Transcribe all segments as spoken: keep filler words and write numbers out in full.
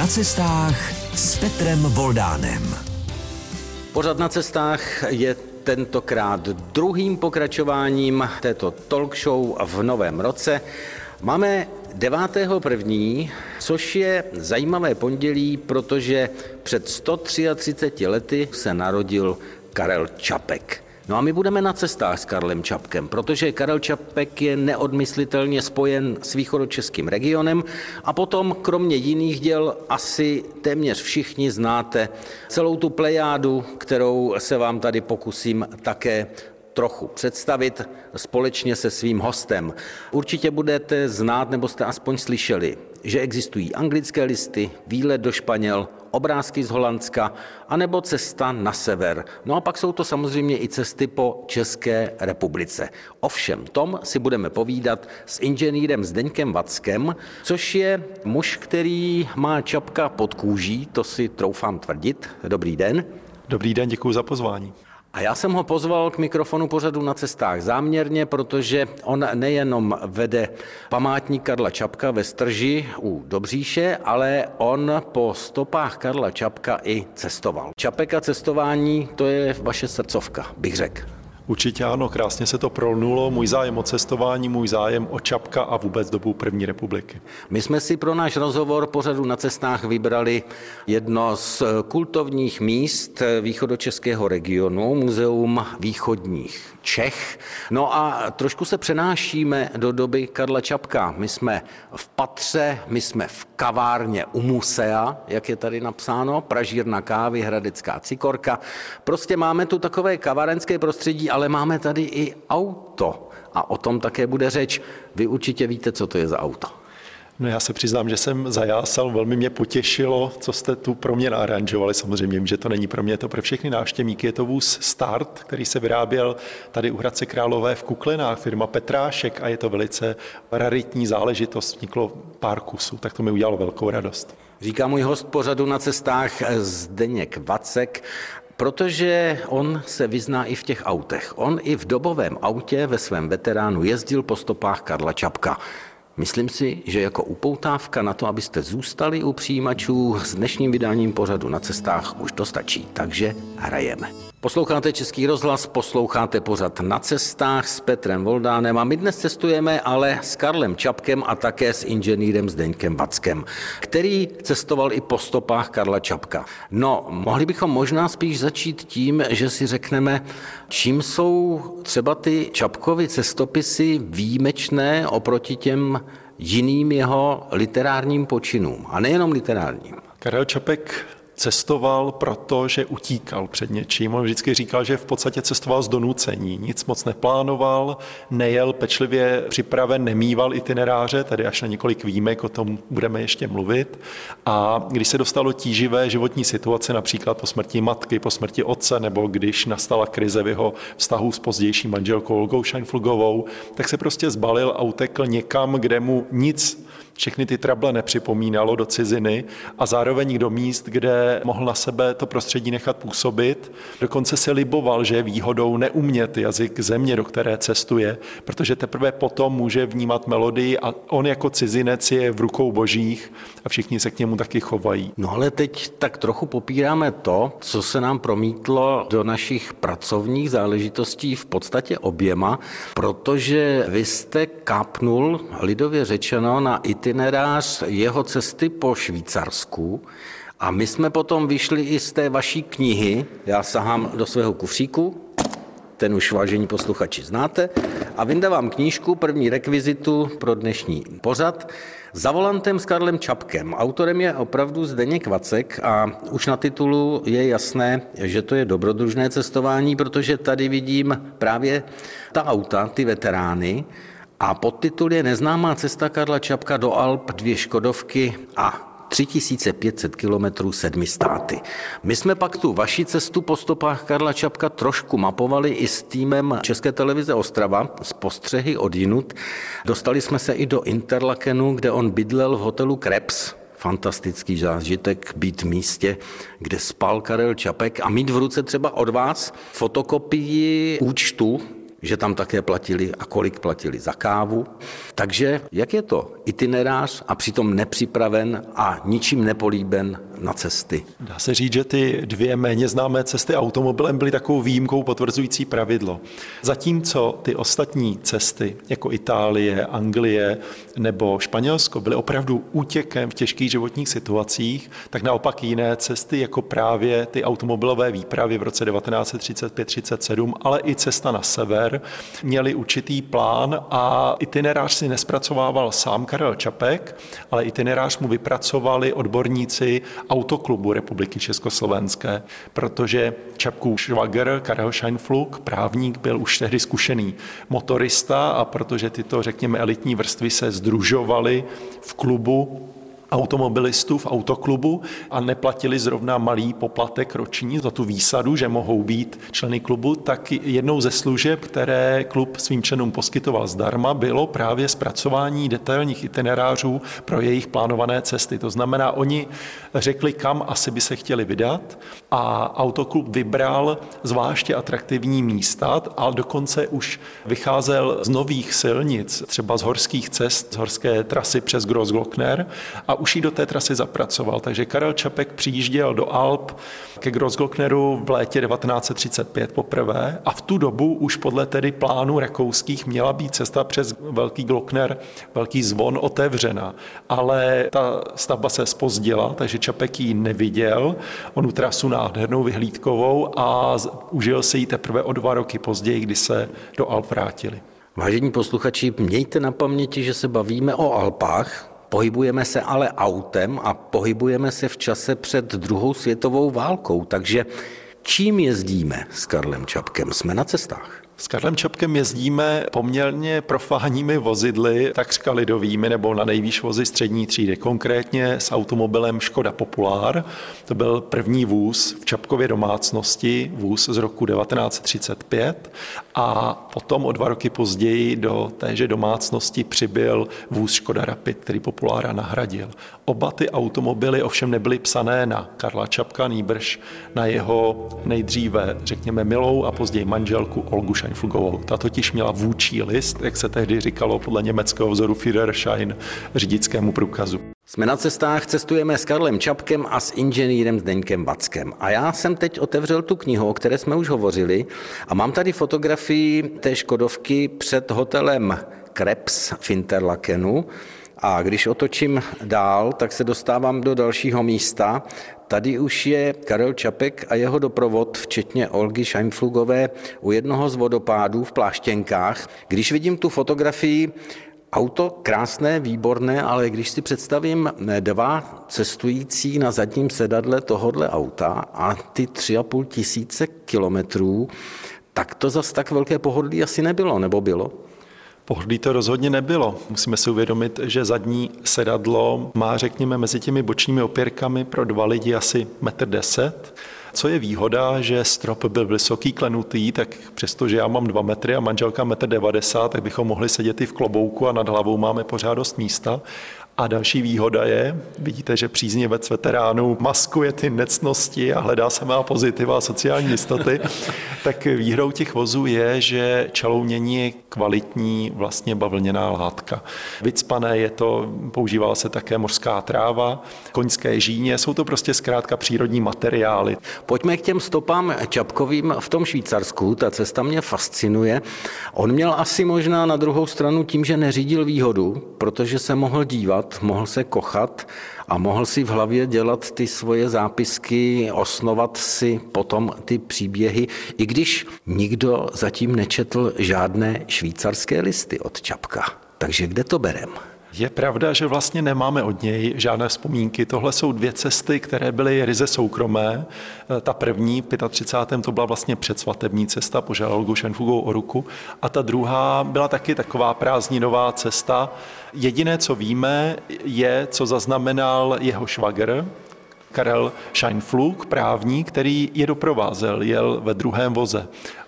Na cestách s Petrem Voldánem. Pořad Na cestách je tentokrát druhým pokračováním této talk show v novém roce. Máme devátého prvního což je zajímavé pondělí, protože před sto třiatřiceti lety se narodil Karel Čapek. No a my budeme na cestách s Karlem Čapkem, protože Karel Čapek je neodmyslitelně spojen s východočeským regionem a potom kromě jiných děl asi téměř všichni znáte celou tu plejádu, kterou se vám tady pokusím také trochu představit společně se svým hostem. Určitě budete znát, nebo jste aspoň slyšeli, že existují anglické listy, výlet do Španěl, obrázky z Holandska, anebo cesta na sever. No a pak jsou to samozřejmě i cesty po České republice. O všem tom si budeme povídat s inženýrem Zdeňkem Vackem, což je muž, který má Čapka pod kůží, to si troufám tvrdit. Dobrý den. Dobrý den, děkuji za pozvání. A já jsem ho pozval k mikrofonu pořadu Na cestách záměrně, protože on nejenom vede památník Karla Čapka ve Strži u Dobříše, ale on po stopách Karla Čapka i cestoval. Čapek a cestování, to je vaše srdcovka, bych řekl. Určitě ano, krásně se to prolnulo, můj zájem o cestování, můj zájem o Čapka a vůbec dobu první republiky. My jsme si pro náš rozhovor pořadu Na cestách vybrali jedno z kultovních míst východočeského regionu, Muzeum východních Čech. No a trošku se přenášíme do doby Karla Čapka. My jsme v patře, my jsme v kavárně u Musea, jak je tady napsáno, pražírna kávy, hradecká cikorka. Prostě máme tu takové kavárenské prostředí, ale máme tady i auto. A o tom také bude řeč. Vy určitě víte, co to je za auto. No já se přiznám, že jsem zajásal, velmi mě potěšilo, co jste tu pro mě naaranžovali. Samozřejmě vím, že to není pro mě, to pro všechny návštěvníky. Je to vůz Start, který se vyráběl tady u Hradce Králové v Kuklinách, firma Petrášek, a je to velice raritní záležitost, vzniklo pár kusů, tak to mi udělalo velkou radost. Říká můj host pořadu Na cestách Zdeněk Vacek, protože on se vyzná i v těch autech. On i v dobovém autě ve svém veteránu jezdil po stopách Karla Čapka. Myslím si, že jako upoutávka na to, abyste zůstali u přijímačů s dnešním vydáním pořadu Na cestách, už to stačí, takže hrajeme. Posloucháte Český rozhlas, posloucháte pořad Na cestách s Petrem Voldánem a my dnes cestujeme ale s Karlem Čapkem a také s inženýrem Zdeňkem Vackem, který cestoval i po stopách Karla Čapka. No, mohli bychom možná spíš začít tím, že si řekneme, čím jsou třeba ty Čapkovy cestopisy výjimečné oproti těm jiným jeho literárním počinům. A nejenom literárním. Karel Čapek cestoval, protože utíkal před něčím. On vždycky říkal, že v podstatě cestoval z donucení. Nic moc neplánoval, nejel pečlivě připraven, nemýval itineráře, tady až na několik výjimek, o tom budeme ještě mluvit. A když se dostalo tíživé životní situace, například po smrti matky, po smrti otce, nebo když nastala krize v jeho vztahu s pozdější manželkou Olgou Scheinflugovou, tak se prostě zbalil a utekl někam, kde mu nic, všechny ty trable nepřipomínalo, do ciziny a zároveň do míst, kde mohl na sebe to prostředí nechat působit. Dokonce se liboval, že je výhodou neumět jazyk země, do které cestuje, protože teprve potom může vnímat melodii a on jako cizinec je v rukou božích a všichni se k němu taky chovají. No ale teď tak trochu popíráme to, co se nám promítlo do našich pracovních záležitostí v podstatě oběma, protože vy jste kápnul, lidově řečeno, na itinerář jeho cesty po Švýcarsku a my jsme potom vyšli i z té vaší knihy, já sahám do svého kufříku, ten už, vážení posluchači, znáte, a vyndávám knížku, první rekvizitu pro dnešní pořad, Za volantem s Karlem Čapkem. Autorem je opravdu Zdeněk Vacek a už na titulu je jasné, že to je dobrodružné cestování, protože tady vidím právě ta auta, ty veterány, a podtitul je Neznámá cesta Karla Čapka do Alp, dvě Škodovky a tři tisíce pět set kilometrů sedmi státy. My jsme pak tu vaši cestu po stopách Karla Čapka trošku mapovali i s týmem České televize Ostrava z postřehy odjinud. Dostali jsme se i do Interlakenu, kde on bydlel v hotelu Krebs. Fantastický zážitek být v místě, kde spal Karel Čapek a mít v ruce třeba od vás fotokopii účtu, že tam také platili a kolik platili za kávu. Takže jak je to? itinerář a přitom nepřipraven a ničím nepolíben na cesty. Dá se říct, že ty dvě méně známé cesty automobilem byly takovou výjimkou potvrzující pravidlo. Zatímco ty ostatní cesty, jako Itálie, Anglie nebo Španělsko, byly opravdu útěkem v těžkých životních situacích, tak naopak jiné cesty, jako právě ty automobilové výpravy v roce devatenáct set třicet pět třicet sedm, ale i cesta na sever, měly určitý plán a itinerář si nespracovával sám Karel Čapek, ale itinerář mu vypracovali odborníci Autoklubu Republiky Československé, protože Čapkův švagr Karel Scheinpflug, právník, byl už tehdy zkušený motorista a protože tyto, řekněme, elitní vrstvy se sdružovaly v klubu automobilistů v autoklubu a neplatili zrovna malý poplatek roční za tu výsadu, že mohou být členy klubu, tak jednou ze služeb, které klub svým členům poskytoval zdarma, bylo právě zpracování detailních itinerářů pro jejich plánované cesty. To znamená, oni řekli, kam asi by se chtěli vydat a autoklub vybral zvláště atraktivní místa, ale dokonce už vycházel z nových silnic, třeba z horských cest, z horské trasy přes Grossglockner a už ji do té trasy zapracoval. Takže Karel Čapek přijížděl do Alp ke Grossglockneru v létě devatenáct set třicet pět poprvé a v tu dobu už podle tedy plánů rakouských měla být cesta přes Velký Glockner, Velký Zvon otevřena. Ale ta stavba se zpozdila, takže Čapek ji neviděl. On tu trasu nádhernou vyhlídkovou a užil si ji teprve o dva roky později, kdy se do Alp vrátili. Vážení posluchači, mějte na paměti, že se bavíme o Alpách, pohybujeme se ale autem a pohybujeme se v čase před druhou světovou válkou, takže čím jezdíme s Karlem Čapkem? Jsme na cestách. S Karlem Čapkem jezdíme poměrně profánními vozidly, takřka lidovými nebo na nejvýš vozy střední třídy. Konkrétně s automobilem Škoda Popular. To byl první vůz v Čapkově domácnosti, vůz z roku devatenáct set třicet pět a potom o dva roky později do téže domácnosti přibyl vůz Škoda Rapid, který Populára nahradil. Oba ty automobily ovšem nebyly psané na Karla Čapka, nýbrž na jeho nejdříve, řekněme, milou a později manželku Olgu Scheinpflugovou. Ta totiž měla vůdčí list, jak se tehdy říkalo podle německého vzoru Führerschein, řidičskému průkazu. Jsme na cestách, cestujeme s Karlem Čapkem a s inženýrem Zdeňkem Vackem. A já jsem teď otevřel tu knihu, o které jsme už hovořili, a mám tady fotografii té Škodovky před hotelem Krebs v Interlakenu. A když otočím dál, tak se dostávám do dalšího místa. Tady už je Karel Čapek a jeho doprovod, včetně Olgy Scheinpflugové, u jednoho z vodopádů v Pláštěnkách. Když vidím tu fotografii, auto krásné, výborné, ale když si představím dva cestující na zadním sedadle tohodle auta a ty tři a půl tisíce kilometrů, tak to zas tak velké pohodlí asi nebylo, nebo bylo? Pohodlí to rozhodně nebylo. Musíme si uvědomit, že zadní sedadlo má, řekněme, mezi těmi bočními opěrkami pro dva lidi asi metr deset. Co je výhoda, že strop byl vysoký, klenutý, tak přestože já mám dva metry a manželka metr devadesát, tak bychom mohli sedět i v klobouku a nad hlavou máme pořád dost místa. A další výhoda je, vidíte, že příznivec veteránů maskuje ty nectnosti a hledá samá pozitiva a sociální jistoty, tak výhodou těch vozů je, že čalounění je kvalitní vlastně bavlněná látka. Vycpané je to, používala se také mořská tráva, koňské žíně, jsou to prostě zkrátka přírodní materiály. Pojďme k těm stopám Čapkovým v tom Švýcarsku, ta cesta mě fascinuje. On měl asi možná na druhou stranu tím, že neřídil výhodu, protože se mohl dívat, mohl se kochat a mohl si v hlavě dělat ty svoje zápisky, osnovat si potom ty příběhy, i když nikdo zatím nečetl žádné švýcarské listy od Čapka. Takže kde to berem? Je pravda, že vlastně nemáme od něj žádné vzpomínky. Tohle jsou dvě cesty, které byly ryze soukromé. Ta první, třicátém pátém to byla vlastně předsvatební cesta, požádal Olgu Scheinpflugovou o ruku. A ta druhá byla taky taková prázdninová cesta. Jediné, co víme, je, co zaznamenal jeho švagr, Karel Scheinpflug, právník, který je doprovázel, jel ve druhém voze.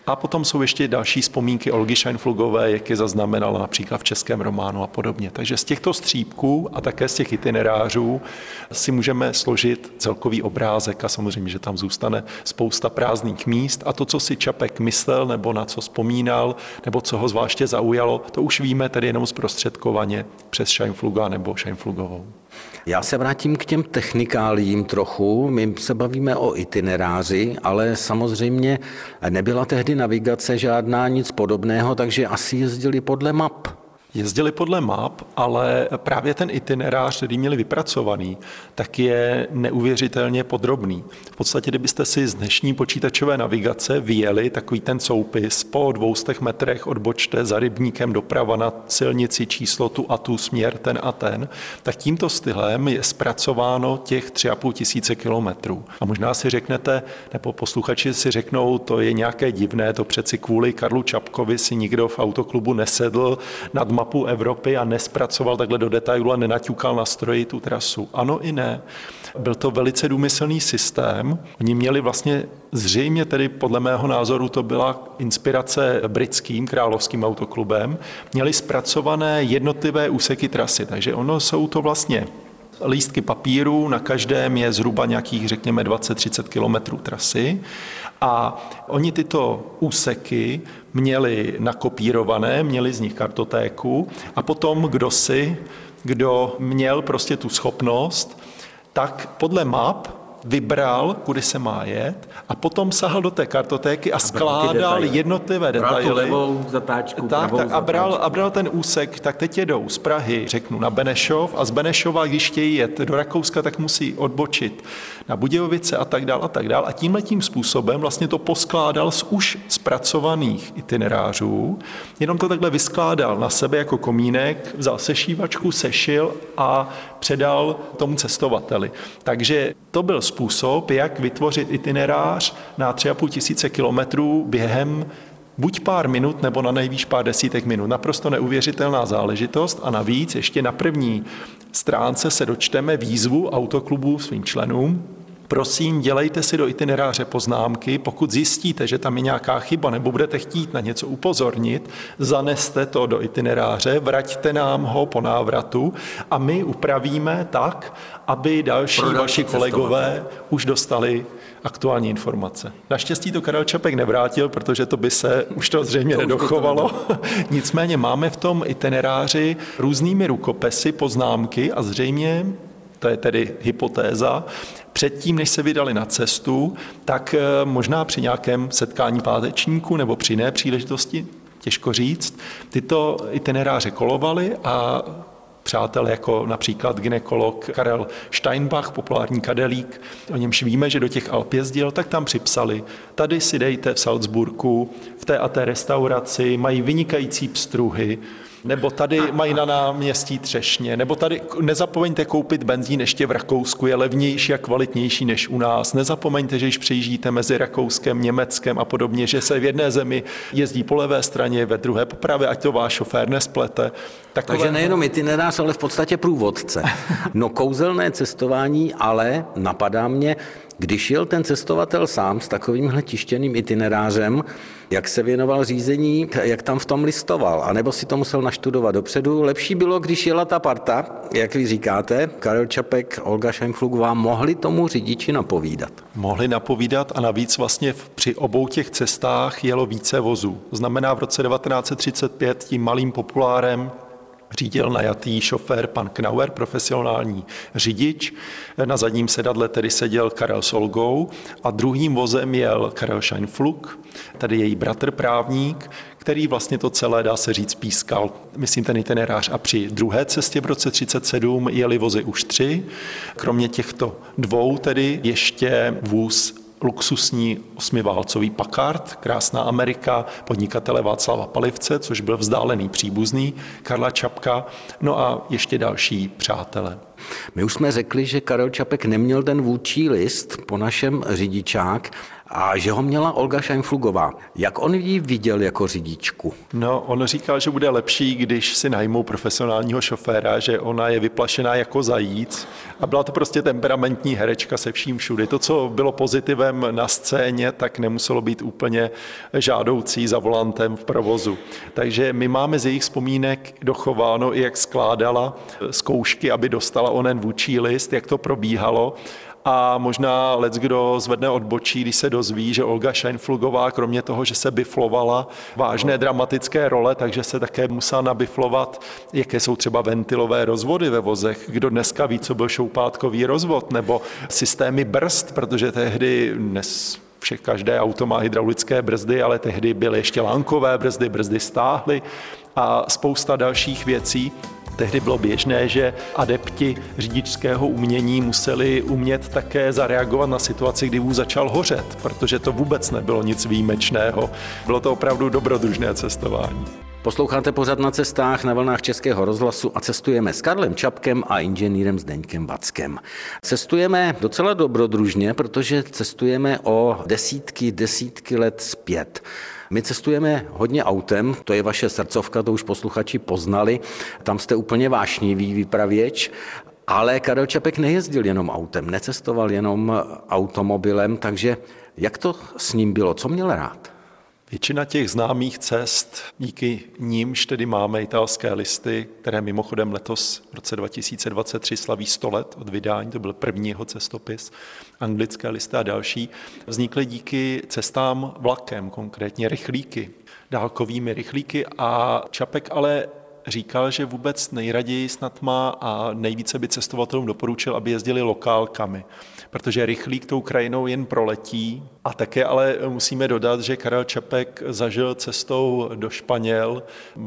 A potom jsou ještě další vzpomínky Olgy Scheinpflugové, jak je zaznamenala například v českém románu a podobně. Takže z těchto střípků a také z těch itinerářů si můžeme složit celkový obrázek a samozřejmě, že tam zůstane spousta prázdných míst a to, co si Čapek myslel nebo na co vzpomínal, nebo co ho zvláště zaujalo, to už víme tedy jenom zprostředkovaně přes Scheinpfluga nebo Scheinpflugovou. Já se vrátím k těm technikálím trochu. My se bavíme o itineráři, ale samozřejmě nebyla tehdy navigace žádná, nic podobného, takže asi jezdili podle map. Jezdili podle map, ale právě ten itinerář, který měli vypracovaný, tak je neuvěřitelně podrobný. V podstatě, kdybyste si z dnešní počítačové navigace vyjeli takový ten soupis po dvoustech metrech odbočte za rybníkem doprava na silnici číslo tu a tu směr ten a ten, tak tímto stylem je zpracováno těch tři a půl tisíce kilometrů. A možná si řeknete, nebo posluchači si řeknou, to je nějaké divné, to přeci kvůli Karlu Čapkovi si nikdo v autoklubu nesedl nad mapu Evropy a nespracoval takhle do detailu a nenaťukal na stroji tu trasu. Ano i ne. Byl to velice důmyslný systém. Oni měli vlastně zřejmě tedy podle mého názoru to byla inspirace britským královským autoklubem. Měli zpracované jednotlivé úseky trasy, takže ono jsou to vlastně lístky papíru, na každém je zhruba nějakých, řekněme, dvacet třicet kilometrů trasy a oni tyto úseky měli nakopírované, měli z nich kartotéku a potom kdo si, kdo měl prostě tu schopnost, tak podle map vybral, kudy se má jet a potom sahal do té kartotéky a, a skládal jednotlivé detaily. Bral tu levou zatáčku, tak, pravou tak, a, bral, zatáčku. a bral ten úsek, tak teď jedou z Prahy, řeknu, na Benešov a z Benešova, když chtějí jet do Rakouska, tak musí odbočit na Budějovice a tak dál a tak dál. A tímhletím způsobem vlastně to poskládal z už zpracovaných itinerářů, jenom to takhle vyskládal na sebe jako komínek, vzal sešívačku, sešil a předal tomu cestovateli. Takže to byl způsob, jak vytvořit itinerář na tři a půl tisíce kilometrů během buď pár minut, nebo na nejvýš pár desítek minut. Naprosto neuvěřitelná záležitost a navíc ještě na první stránce se dočteme výzvu autoklubu svým členům. Prosím, dělejte si do itineráře poznámky, pokud zjistíte, že tam je nějaká chyba nebo budete chtít na něco upozornit, zaneste to do itineráře, vraťte nám ho po návratu a my upravíme tak, aby další vaši kolegové už dostali aktuální informace. Naštěstí to Karel Čapek nevrátil, protože to by se už to zřejmě to nedochovalo. To Nicméně máme v tom itineráři různými rukopesy, poznámky a zřejmě, to je tedy hypotéza, předtím, než se vydali na cestu, tak možná při nějakém setkání pátečníku nebo při jiné příležitosti, těžko říct, tyto itineráře kolovaly a přátelé jako například gynekolog Karel Steinbach, populární kadelík, o němž víme, že do těch Alp jezdil, tak tam připsali, tady si dejte v Salzburgu, v té a té restauraci, mají vynikající pstruhy, nebo tady mají na náměstí třešně, nebo tady nezapomeňte koupit benzín ještě v Rakousku, je levnější a kvalitnější než u nás. Nezapomeňte, že když přijíždíte mezi Rakouskem, Německem a podobně, že se v jedné zemi jezdí po levé straně, ve druhé po pravé, ať to váš šofér nesplete. Takové... Takže nejenom itinerář, ale v podstatě průvodce. No kouzelné cestování, ale napadá mě, když jel ten cestovatel sám s takovýmhle tištěným itinerářem, jak se věnoval řízení, jak tam v tom listoval, anebo si to musel naštudovat dopředu. Lepší bylo, když jela ta parta, jak vy říkáte, Karel Čapek, Olga Scheinpflugová, mohli tomu řidiči napovídat. Mohli napovídat a navíc vlastně při obou těch cestách jelo více vozů. Znamená v roce devatenáct set třicet pět tím malým populárem řídil najatý šofér pan Knauer, profesionální řidič. Na zadním sedadle tedy seděl Karel s Olgou a druhým vozem jel Karel Scheinpflug, tedy její bratr právník, který vlastně to celé, dá se říct, pískal, myslím, ten itinerář. A při druhé cestě v roce třicet sedm jeli vozy už tři. Kromě těchto dvou tedy ještě vůz luxusní osmiválcový Packard, krásná Amerika, podnikatele Václava Palivce, což byl vzdálený příbuzný Karla Čapka, no a ještě další přátelé. My už jsme řekli, že Karel Čapek neměl ten vůdčí list po našem řidičák a že ho měla Olga Šajnflugová. Jak on ji viděl jako řidičku? No, on říkal, že bude lepší, když si najmou profesionálního šoféra, že ona je vyplašená jako zajíc a byla to prostě temperamentní herečka se vším všudy. To, co bylo pozitivem na scéně, tak nemuselo být úplně žádoucí za volantem v provozu. Takže my máme z jejich vzpomínek dochováno, i jak skládala zkoušky, aby dostala onen vůdčí list, jak to probíhalo. A možná leckdo zvedne odbočí, když se dozví, že Olga Šajnflugová, kromě toho, že se biflovala vážné dramatické role, takže se také musela nabiflovat, jaké jsou třeba ventilové rozvody ve vozech. Kdo dneska ví, co byl šoupátkový rozvod, nebo systémy brzd, protože tehdy dnes všech každé auto má hydraulické brzdy, ale tehdy byly ještě lánkové brzdy, brzdy stáhly a spousta dalších věcí. Tehdy bylo běžné, že adepti řidičského umění museli umět také zareagovat na situaci, kdy vůz začal hořet, protože to vůbec nebylo nic výjimečného. Bylo to opravdu dobrodružné cestování. Posloucháte pořad Na cestách na vlnách Českého rozhlasu a cestujeme s Karlem Čapkem a inženýrem Zdeňkem Vackem. Cestujeme docela dobrodružně, protože cestujeme o desítky, desítky let zpět. My cestujeme hodně autem, to je vaše srdcovka, to už posluchači poznali, tam jste úplně vášnivý vypravěč, ale Karel Čapek nejezdil jenom autem, necestoval jenom automobilem, takže jak to s ním bylo, co měl rád? Většina těch známých cest, díky nímž tedy máme italské listy, které mimochodem letos v roce dva tisíce dvacet tři slaví sto let od vydání, to byl první jeho cestopis, anglické listy a další, vznikly díky cestám vlakem, konkrétně rychlíky, dálkovými rychlíky a Čapek ale říkal, že vůbec nejraději snad má a nejvíce by cestovatelům doporučil, aby jezdili lokálkami, protože rychlík tou krajinou jen proletí. A také ale musíme dodat, že Karel Čapek zažil cestou do Španěl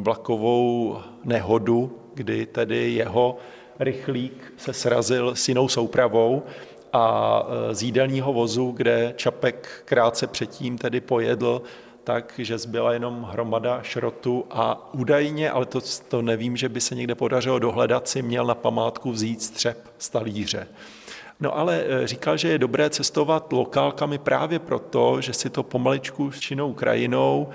vlakovou nehodu, kdy tedy jeho rychlík se srazil s jinou soupravou a z jídelního vozu, kde Čapek krátce předtím tedy pojedl, takže zbyla jenom hromada šrotu a údajně, ale to, to nevím, že by se někde podařilo dohledat, si měl na památku vzít střep z talíře. No ale říkal, že je dobré cestovat lokálkami právě proto, že si to pomaličku činou krajinou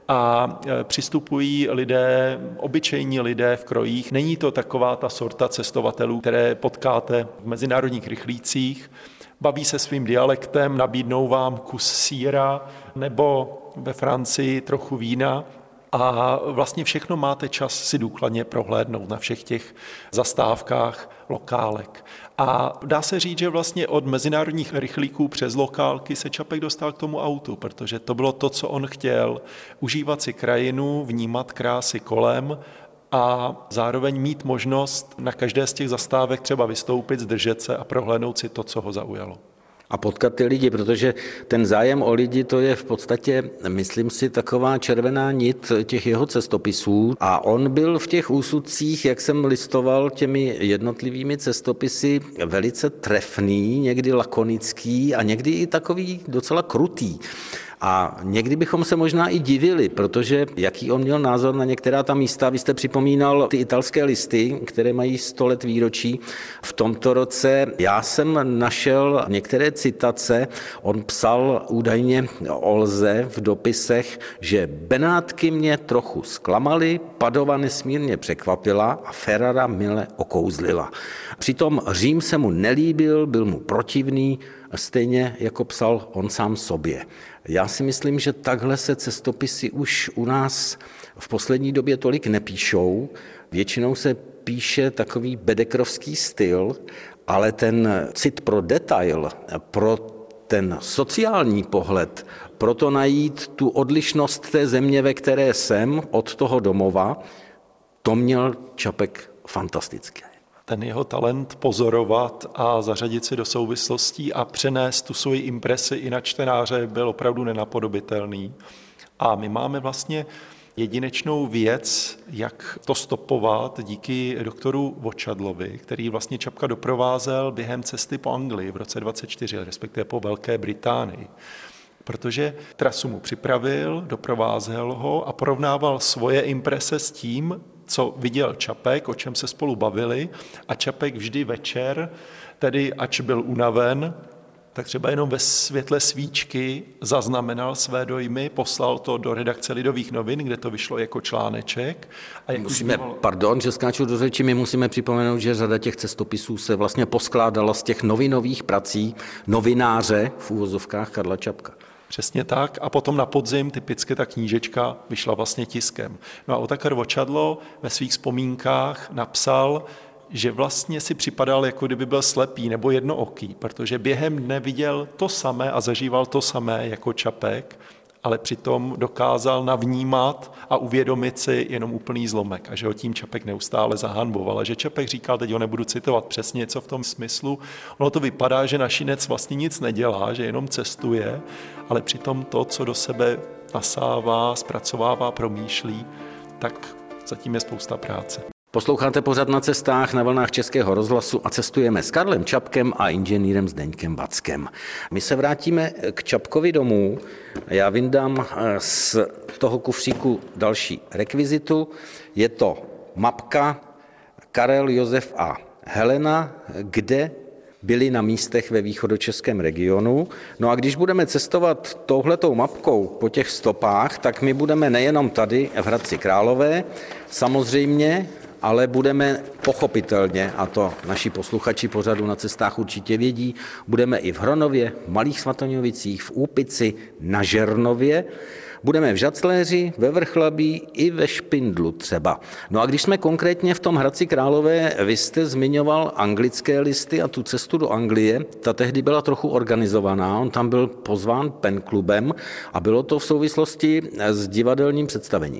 a přistupují lidé, obyčejní lidé v krojích. Není to taková ta sorta cestovatelů, které potkáte v mezinárodních rychlících, baví se svým dialektem, nabídnou vám kus sýra nebo ve Francii trochu vína a vlastně všechno máte čas si důkladně prohlédnout na všech těch zastávkách lokálek. A dá se říct, že vlastně od mezinárodních rychlíků přes lokálky se Čapek dostal k tomu autu, protože to bylo to, co on chtěl. Užívat si krajinu, vnímat krásy kolem a zároveň mít možnost na každé z těch zastávek třeba vystoupit, zdržet se a prohlédnout si to, co ho zaujalo. A potkat ty lidi, protože ten zájem o lidi, to je v podstatě, myslím si, taková červená nit těch jeho cestopisů. A on byl v těch úsudcích, jak jsem listoval těmi jednotlivými cestopisy, velice trefný, někdy lakonický a někdy i takový docela krutý. A někdy bychom se možná i divili, protože jaký on měl názor na některá ta místa, vy jste připomínal ty italské listy, které mají sto let výročí v tomto roce. Já jsem našel některé citace, on psal údajně o Lze v dopisech, že Benátky mě trochu zklamaly, Padova nesmírně překvapila a Ferrara mile okouzlila. Přitom Řím se mu nelíbil, byl mu protivný, stejně jako psal on sám sobě. Já si myslím, že takhle se cestopisy už u nás v poslední době tolik nepíšou. Většinou se píše takový bedekrovský styl, ale ten cit pro detail, pro ten sociální pohled, pro to najít tu odlišnost té země, ve které jsem, od toho domova, to měl Čapek fantastické. Ten jeho talent pozorovat a zařadit si do souvislostí a přenést tu svoji impresi i na čtenáře byl opravdu nenapodobitelný. A my máme vlastně jedinečnou věc, jak to stopovat díky doktoru Vočadlovi, který vlastně Čapka doprovázel během cesty po Anglii v roce dvacet čtyři, respektive po Velké Británii. Protože trasu mu připravil, doprovázel ho a porovnával svoje imprese s tím, co viděl Čapek, o čem se spolu bavili, a Čapek vždy večer, tedy ač byl unaven, tak třeba jenom ve světle svíčky zaznamenal své dojmy, poslal to do redakce Lidových novin, kde to vyšlo jako článeček. A jak musíme, bývalo... pardon, že skáču do řeči, my musíme připomenout, že řada těch cestopisů se vlastně poskládala z těch novinových prací novináře v úvozovkách Karla Čapka. Přesně tak. A potom na podzim typicky ta knížečka vyšla vlastně tiskem. No a Otakar Vočadlo ve svých vzpomínkách napsal, že vlastně si připadal, jako kdyby byl slepý nebo jednooký, protože během dne viděl to samé a zažíval to samé jako Čapek, ale přitom dokázal navnímat a uvědomit si jenom úplný zlomek a že ho tím Čapek neustále zahanboval. A že Čapek říkal, teď ho nebudu citovat přesně něco v tom smyslu, ono to vypadá, že našinec vlastně nic nedělá, že jenom cestuje, ale přitom to, co do sebe nasává, zpracovává, promýšlí, tak zatím je spousta práce. Posloucháte pořad Na cestách na vlnách Českého rozhlasu a cestujeme s Karlem Čapkem a inženýrem Zdeňkem Vackem. My se vrátíme k Čapkovi domů. Já vyndám z toho kufříku další rekvizitu. Je to mapka Karel, Josef a Helena, kde byli na místech ve východočeském regionu. No a když budeme cestovat touhletou mapkou po těch stopách, tak my budeme nejenom tady v Hradci Králové, samozřejmě, ale budeme pochopitelně, a to naši posluchači pořadu Na cestách určitě vědí, budeme i v Hronově, v Malých Svatoňovicích, v Úpici, na Žernově, budeme v Žacléři, ve Vrchlabí i ve Špindlu třeba. No a když jsme konkrétně v tom Hradci Králové, vy jste zmiňoval anglické listy a tu cestu do Anglie, ta tehdy byla trochu organizovaná, on tam byl pozván penklubem a bylo to v souvislosti s divadelním představením.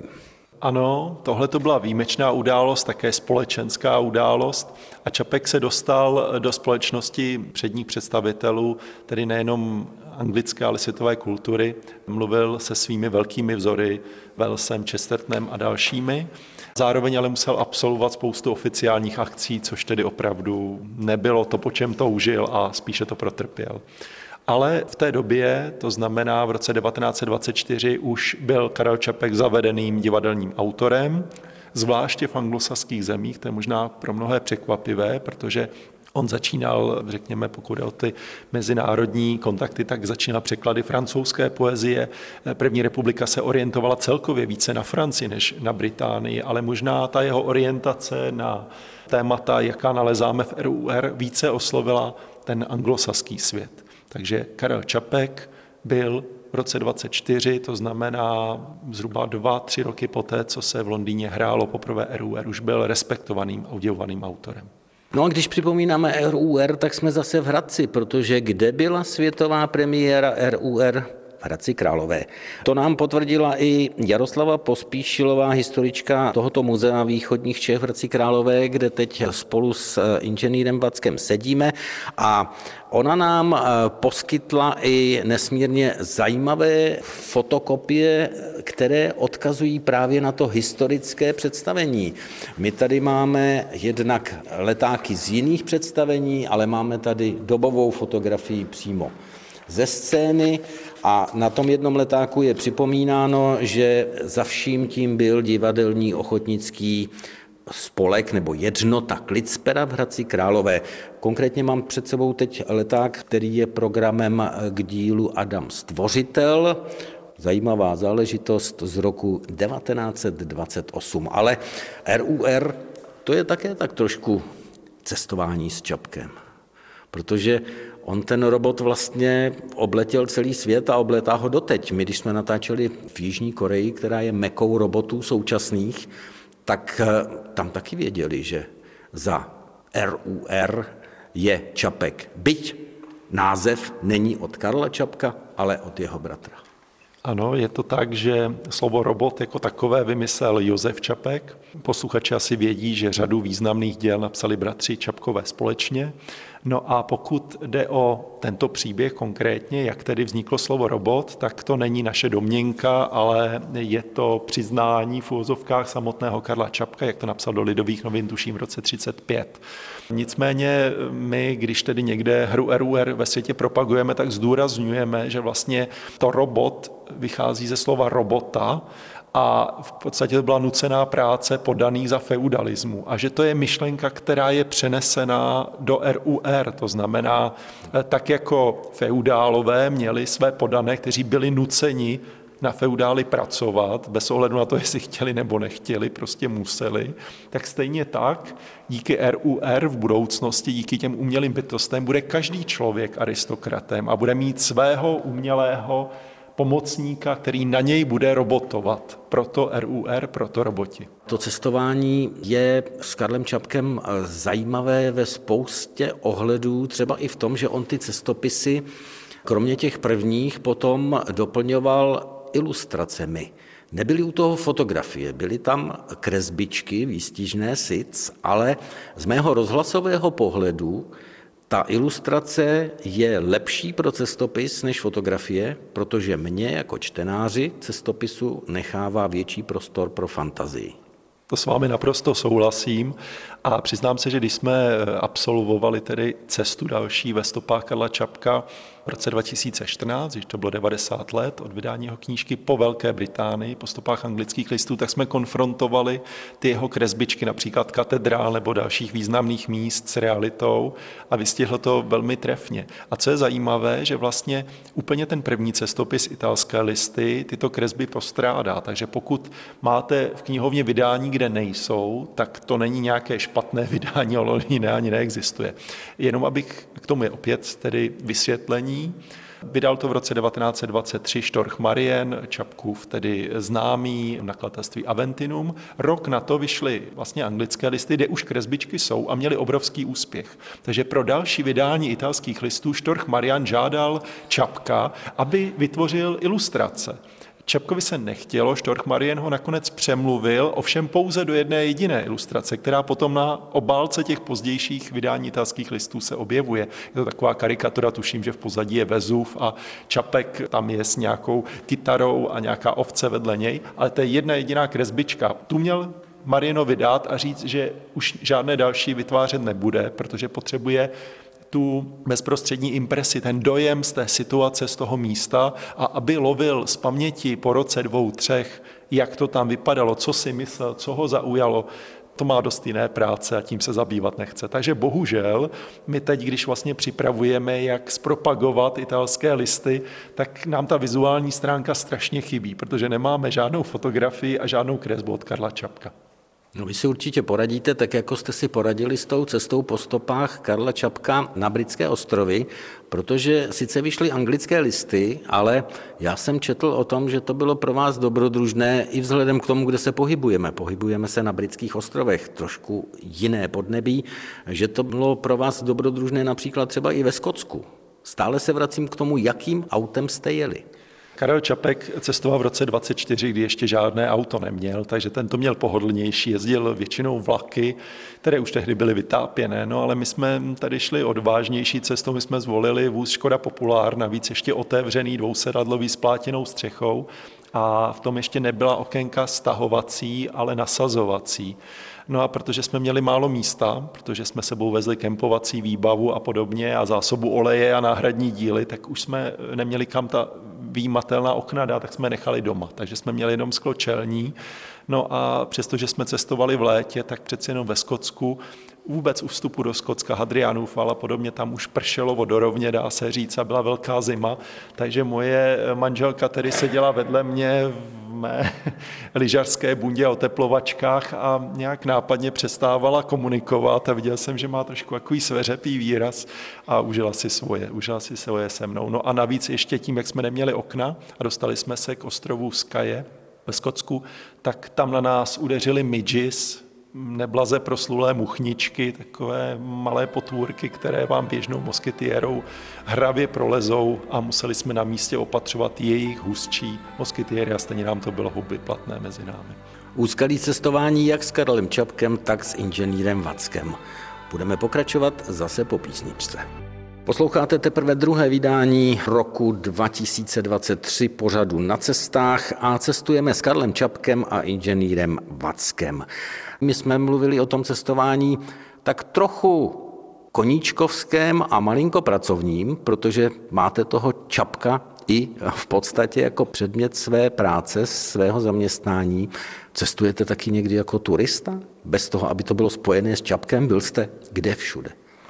Ano, tohle to byla výjimečná událost, také společenská událost a Čapek se dostal do společnosti předních představitelů, tedy nejenom anglické, ale světové kultury. Mluvil se svými velkými vzory, Wellsem, Chestertonem a dalšími. Zároveň ale musel absolvovat spoustu oficiálních akcí, což tedy opravdu nebylo to, po čem toužil a spíše to protrpěl. Ale v té době, to znamená v roce devatenáct set dvacet čtyři, už byl Karel Čapek zavedeným divadelním autorem, zvláště v anglosaských zemích, to je možná pro mnohé překvapivé, protože on začínal, řekněme, pokud je o ty mezinárodní kontakty, tak začínal překlady francouzské poezie. První republika se orientovala celkově více na Francii než na Británii, ale možná ta jeho orientace na témata, jaká nalezáme v R U R, více oslovila ten anglosaský svět. Takže Karel Čapek byl v roce dvacet čtyři, to znamená zhruba dva, tři roky poté, co se v Londýně hrálo poprvé R U R, už byl respektovaným audiovaným autorem. No a když připomínáme R U R, tak jsme zase v Hradci, protože kde byla světová premiéra R U R? V Hradci Králové. To nám potvrdila i Jaroslava Pospíšilová, historička tohoto muzea východních Čech v Hradci Králové, kde teď spolu s inženýrem Vackem sedíme a ona nám poskytla i nesmírně zajímavé fotokopie, které odkazují právě na to historické představení. My tady máme jednak letáky z jiných představení, ale máme tady dobovou fotografii přímo ze scény a na tom jednom letáku je připomínáno, že za vším tím byl divadelní ochotnický spolek nebo jednota Klitspera v Hradci Králové. Konkrétně mám před sebou teď leták, který je programem k dílu Adam Stvořitel. Zajímavá záležitost z roku devatenáct set dvacet osm. Ale R U R to je také tak trošku cestování s Čapkem, protože on ten robot vlastně obletěl celý svět a obletá ho doteď. My, když jsme natáčeli v Jižní Koreji, která je mekou robotů současných, tak tam taky věděli, že za R U R je Čapek. Byť název není od Karla Čapka, ale od jeho bratra. Ano, je to tak, že slovo robot jako takové vymyslel Josef Čapek. Posluchači asi vědí, že řadu významných děl napsali bratři Čapkové společně. No a pokud jde o tento příběh konkrétně, jak tedy vzniklo slovo robot, tak to není naše domněnka, ale je to přiznání v uvozovkách samotného Karla Čapka, jak to napsal do Lidových novin, tuším v roce třicet pět. Nicméně my, když tedy někde hru R U R ve světě propagujeme, tak zdůrazňujeme, že vlastně to robot vychází ze slova robota a v podstatě to byla nucená práce podaných za feudalismu a že to je myšlenka, která je přenesená do R U R, to znamená tak jako feudálové měli své podané, kteří byli nuceni na feudály pracovat, bez ohledu na to, jestli chtěli nebo nechtěli, prostě museli, tak stejně tak díky R U R v budoucnosti, díky těm umělým bytostem, bude každý člověk aristokratem a bude mít svého umělého pomocníka, který na něj bude robotovat. Proto R U R, proto roboti. To cestování je s Karlem Čapkem zajímavé ve spoustě ohledů, třeba i v tom, že on ty cestopisy, kromě těch prvních, potom doplňoval ilustracemi. Nebyly u toho fotografie, byly tam kresbičky, výstižné sic, ale z mého rozhlasového pohledu ta ilustrace je lepší pro cestopis než fotografie, protože mě jako čtenáři cestopisu nechává větší prostor pro fantazii. To s vámi naprosto souhlasím a přiznám se, že když jsme absolvovali tedy cestu další ve stopách Karla Čapka v roce dva tisíce čtrnáct, když to bylo devadesát let od vydání jeho knížky po Velké Británii, po stopách anglických listů, tak jsme konfrontovali ty jeho kresbičky, například katedrál nebo dalších významných míst s realitou a vystihl to velmi trefně. A co je zajímavé, že vlastně úplně ten první cestopis Italské listy tyto kresby postrádá, takže pokud máte v knihovně vydání, kde nejsou, tak to není nějaké špatné vydání, ale jiné ani neexistuje. Jenom abych k tomu je opět tedy vysvětlení. Vydal to v roce devatenáct set dvacet tři Storch Marien, Čapkův tedy známý nakladatelství Aventinum. Rok na to vyšly vlastně anglické listy, kde už kresbičky jsou a měly obrovský úspěch. Takže pro další vydání italských listů Storch Marian žádal Čapka, aby vytvořil ilustrace. Čapkovi se nechtělo, Storch Marien ho nakonec přemluvil, ovšem pouze do jedné jediné ilustrace, která potom na obálce těch pozdějších vydání italských listů se objevuje. Je to taková karikatura, tuším, že v pozadí je Vezuv a Čapek tam je s nějakou kytarou a nějaká ovce vedle něj, ale to je jedna jediná kresbička. Tu měl Marienovi dát a říct, že už žádné další vytvářet nebude, protože potřebuje tu bezprostřední impresi, ten dojem z té situace, z toho místa a aby lovil z paměti po roce dvou, třech, jak to tam vypadalo, co si myslel, co ho zaujalo, to má dost jiné práce a tím se zabývat nechce. Takže bohužel my teď, když vlastně připravujeme, jak zpropagovat italské listy, tak nám ta vizuální stránka strašně chybí, protože nemáme žádnou fotografii a žádnou kresbu od Karla Čapka. No vy si určitě poradíte, tak jako jste si poradili s tou cestou po stopách Karla Čapka na Britské ostrovy, protože sice vyšly anglické listy, ale já jsem četl o tom, že to bylo pro vás dobrodružné i vzhledem k tomu, kde se pohybujeme. Pohybujeme se na Britských ostrovech, trošku jiné podnebí, že to bylo pro vás dobrodružné například třeba i ve Skotsku. Stále se vracím k tomu, jakým autem jste jeli. Karel Čapek cestoval v roce dvacet čtyři, kdy ještě žádné auto neměl, takže ten to měl pohodlnější, jezdil většinou vlaky, které už tehdy byly vytápěné, no ale my jsme tady šli odvážnější cestou, my jsme zvolili vůz Škoda Populár, navíc ještě otevřený dvousedadlový s plátěnou střechou a v tom ještě nebyla okénka stahovací, ale nasazovací. No a protože jsme měli málo místa, protože jsme sebou vezli kempovací výbavu a podobně a zásobu oleje a náhradní díly, tak už jsme neměli kam ta výjimatelná okna dát, tak jsme nechali doma. Takže jsme měli jenom sklo čelní. No a přestože jsme cestovali v létě, tak přeci jenom ve Skotsku, vůbec u vstupu do Skotska, Hadrianův a podobně, tam už pršelo vodorovně, dá se říct, a byla velká zima. Takže moje manželka tedy seděla vedle mě v mé lyžařské bundě a oteplovačkách a nějak nápadně přestávala komunikovat a viděl jsem, že má trošku takový sveřepý výraz a užila si svoje, užila si svoje se mnou. No a navíc ještě tím, jak jsme neměli okna a dostali jsme se k ostrovu Skye ve Skotsku, tak tam na nás udeřili midges, neblaze proslulé muchničky, takové malé potvůrky, které vám běžnou moskytiérou hravě prolezou a museli jsme na místě opatřovat jejich hustší moskytiéry a stejně nám to bylo hubby platné mezi námi. Úskalí cestování jak s Karlem Čapkem, tak s inženýrem Vackem. Budeme pokračovat zase po písničce. Posloucháte teprve druhé vydání roku dva tisíce dvacet tři pořadu Na cestách a cestujeme s Karlem Čapkem a inženýrem Vackem. My jsme mluvili o tom cestování tak trochu koníčkovském a malinko pracovním, protože máte toho Čapka i v podstatě jako předmět své práce, svého zaměstnání. Cestujete taky někdy jako turista? Bez toho, aby to bylo spojené s Čapkem, byl jste kde všude?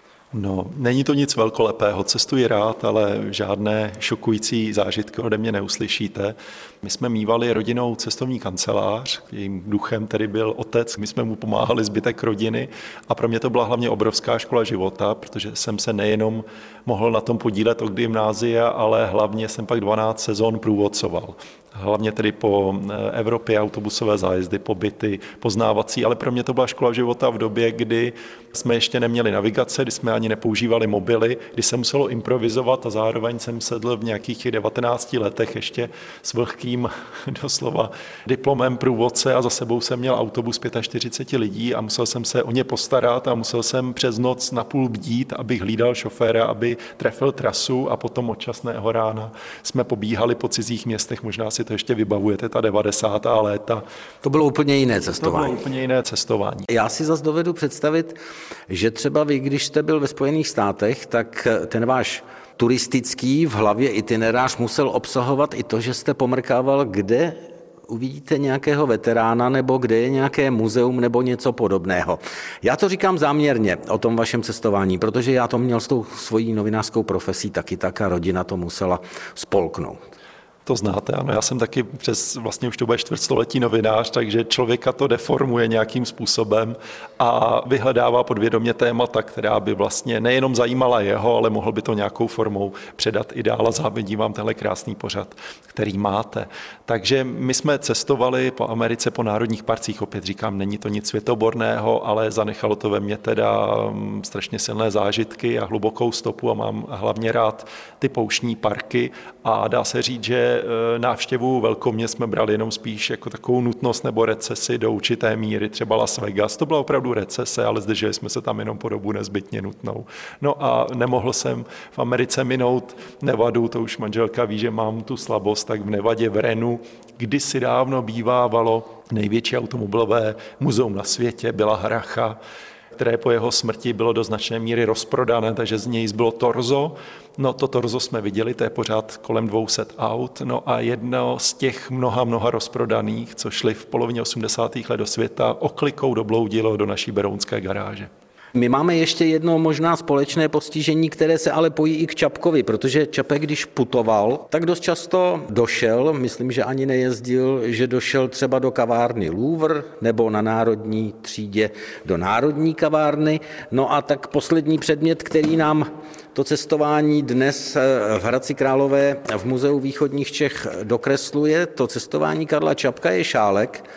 No, není to nic velkolepého, cestuji rád, ale žádné šokující zážitky ode mě neuslyšíte. My jsme mívali rodinou cestovní kancelář, jejím duchem tedy byl otec, my jsme mu pomáhali zbytek rodiny a pro mě to byla hlavně obrovská škola života, protože jsem se nejenom mohl na tom podílet od gymnázia, ale hlavně jsem pak dvanáct sezon průvodcoval. Hlavně tedy po Evropě, autobusové zájezdy, pobyty, poznávací, ale pro mě to byla škola života v době, kdy jsme ještě neměli navigace, kdy jsme ani nepoužívali mobily, kdy se muselo improvizovat a zároveň jsem sedl v nějakých devatenácti letech ještě s vlhkým doslova diplomem průvodce a za sebou jsem měl autobus čtyřicet pět lidí a musel jsem se o ně postarat a musel jsem přes noc napůl bdít, abych hlídal šoféra, aby trefil trasu a potom od časného rána jsme pobíhali po cizích městech, možná si to ještě vybavujete, ta devadesátá léta. To bylo úplně jiné cestování. To bylo úplně jiné cestování. Já si zase dovedu představit, že třeba vy, když jste byl ve Spojených státech, tak ten váš turistický v hlavě itinerář musel obsahovat i to, že jste pomrkával, kde uvidíte nějakého veterána nebo kde je nějaké muzeum nebo něco podobného. Já to říkám záměrně o tom vašem cestování, protože já to měl s tou svojí novinářskou profesí taky tak a rodina to musela spolknout. To znáte, ano. Já jsem taky přes vlastně už to bude čtvrtstoletí novinář, takže člověka to deformuje nějakým způsobem a vyhledává podvědomě témata, která by vlastně nejenom zajímala jeho, ale mohl by to nějakou formou předat i dál a závidím vám tenhle krásný pořad, který máte. Takže my jsme cestovali po Americe, po národních parcích, opět říkám, není to nic světoborného, ale zanechalo to ve mně teda strašně silné zážitky a hlubokou stopu a mám hlavně rád ty pouštní parky a dá se říct, že návštěvu velkoměst jsme brali jenom spíš jako takovou nutnost nebo recesi do určité míry, třeba Las Vegas. To byla opravdu recese, ale zdrželi jsme se tam jenom po dobu nezbytně nutnou. No a nemohl jsem v Americe minout Nevadu, to už manželka ví, že mám tu slabost, tak v Nevadě v Renu kdysi dávno bývávalo největší automobilové muzeum na světě, byla Hracha, které po jeho smrti bylo do značné míry rozprodané, takže z něj zbylo torzo. No to torzo jsme viděli, to je pořád kolem dvě stě aut. No a jedno z těch mnoha, mnoha rozprodaných, co šli v polovině osmdesátých let do světa, oklikou dobloudilo do naší berounské garáže. My máme ještě jedno možná společné postižení, které se ale pojí i k Čapkovi, protože Čapek, když putoval, tak dost často došel, myslím, že ani nejezdil, že došel třeba do kavárny Louvre nebo na národní třídě do národní kavárny. No a tak poslední předmět, který nám to cestování dnes v Hradci Králové v Muzeu východních Čech dokresluje, to cestování Karla Čapka je šálek,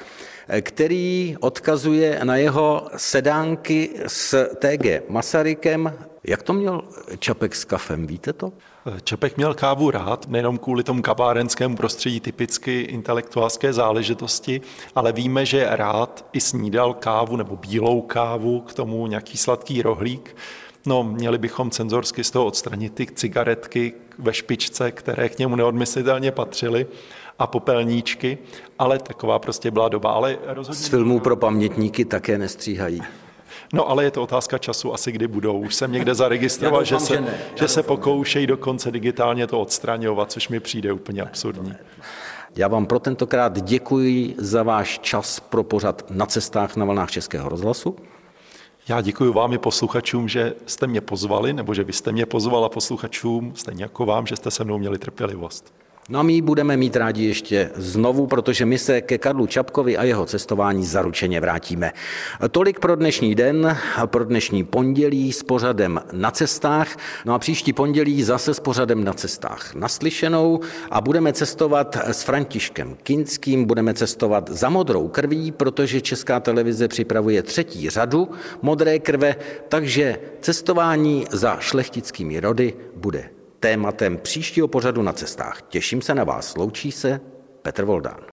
který odkazuje na jeho sedánky s T G Masarykem. Jak to měl Čapek s kafem, víte to? Čapek měl kávu rád, nejenom kvůli tomu kavárenskému prostředí, typicky intelektuálské záležitosti, ale víme, že rád i snídal kávu nebo bílou kávu, k tomu nějaký sladký rohlík. No, měli bychom cenzorsky z toho odstranit ty cigaretky ve špičce, které k němu neodmyslitelně patřily, a popelníčky, ale taková prostě byla doba. Ale rozhodně... Z filmů pro pamětníky také nestříhají. No, ale je to otázka času, asi kdy budou. Už jsem někde zaregistroval, že se, že, že se pokoušejí dokonce digitálně to odstraňovat, což mi přijde úplně absurdní. Já vám pro tentokrát děkuji za váš čas pro pořad Na cestách na vlnách Českého rozhlasu. Já děkuji vám i posluchačům, že jste mě pozvali, nebo že vy jste mě pozval a posluchačům, stejně jako vám, že jste se mnou měli trpělivost. No a my budeme mít rádi ještě znovu, protože my se ke Karlu Čapkovi a jeho cestování zaručeně vrátíme. Tolik pro dnešní den, pro dnešní pondělí s pořadem Na cestách. No a příští pondělí zase s pořadem Na cestách naslyšenou a budeme cestovat s Františkem Kinským, budeme cestovat za modrou krví, protože Česká televize připravuje třetí řadu Modré krve, takže cestování za šlechtickými rody bude tématem příštího pořadu Na cestách. Těším se na vás. Loučí se Petr Voldán.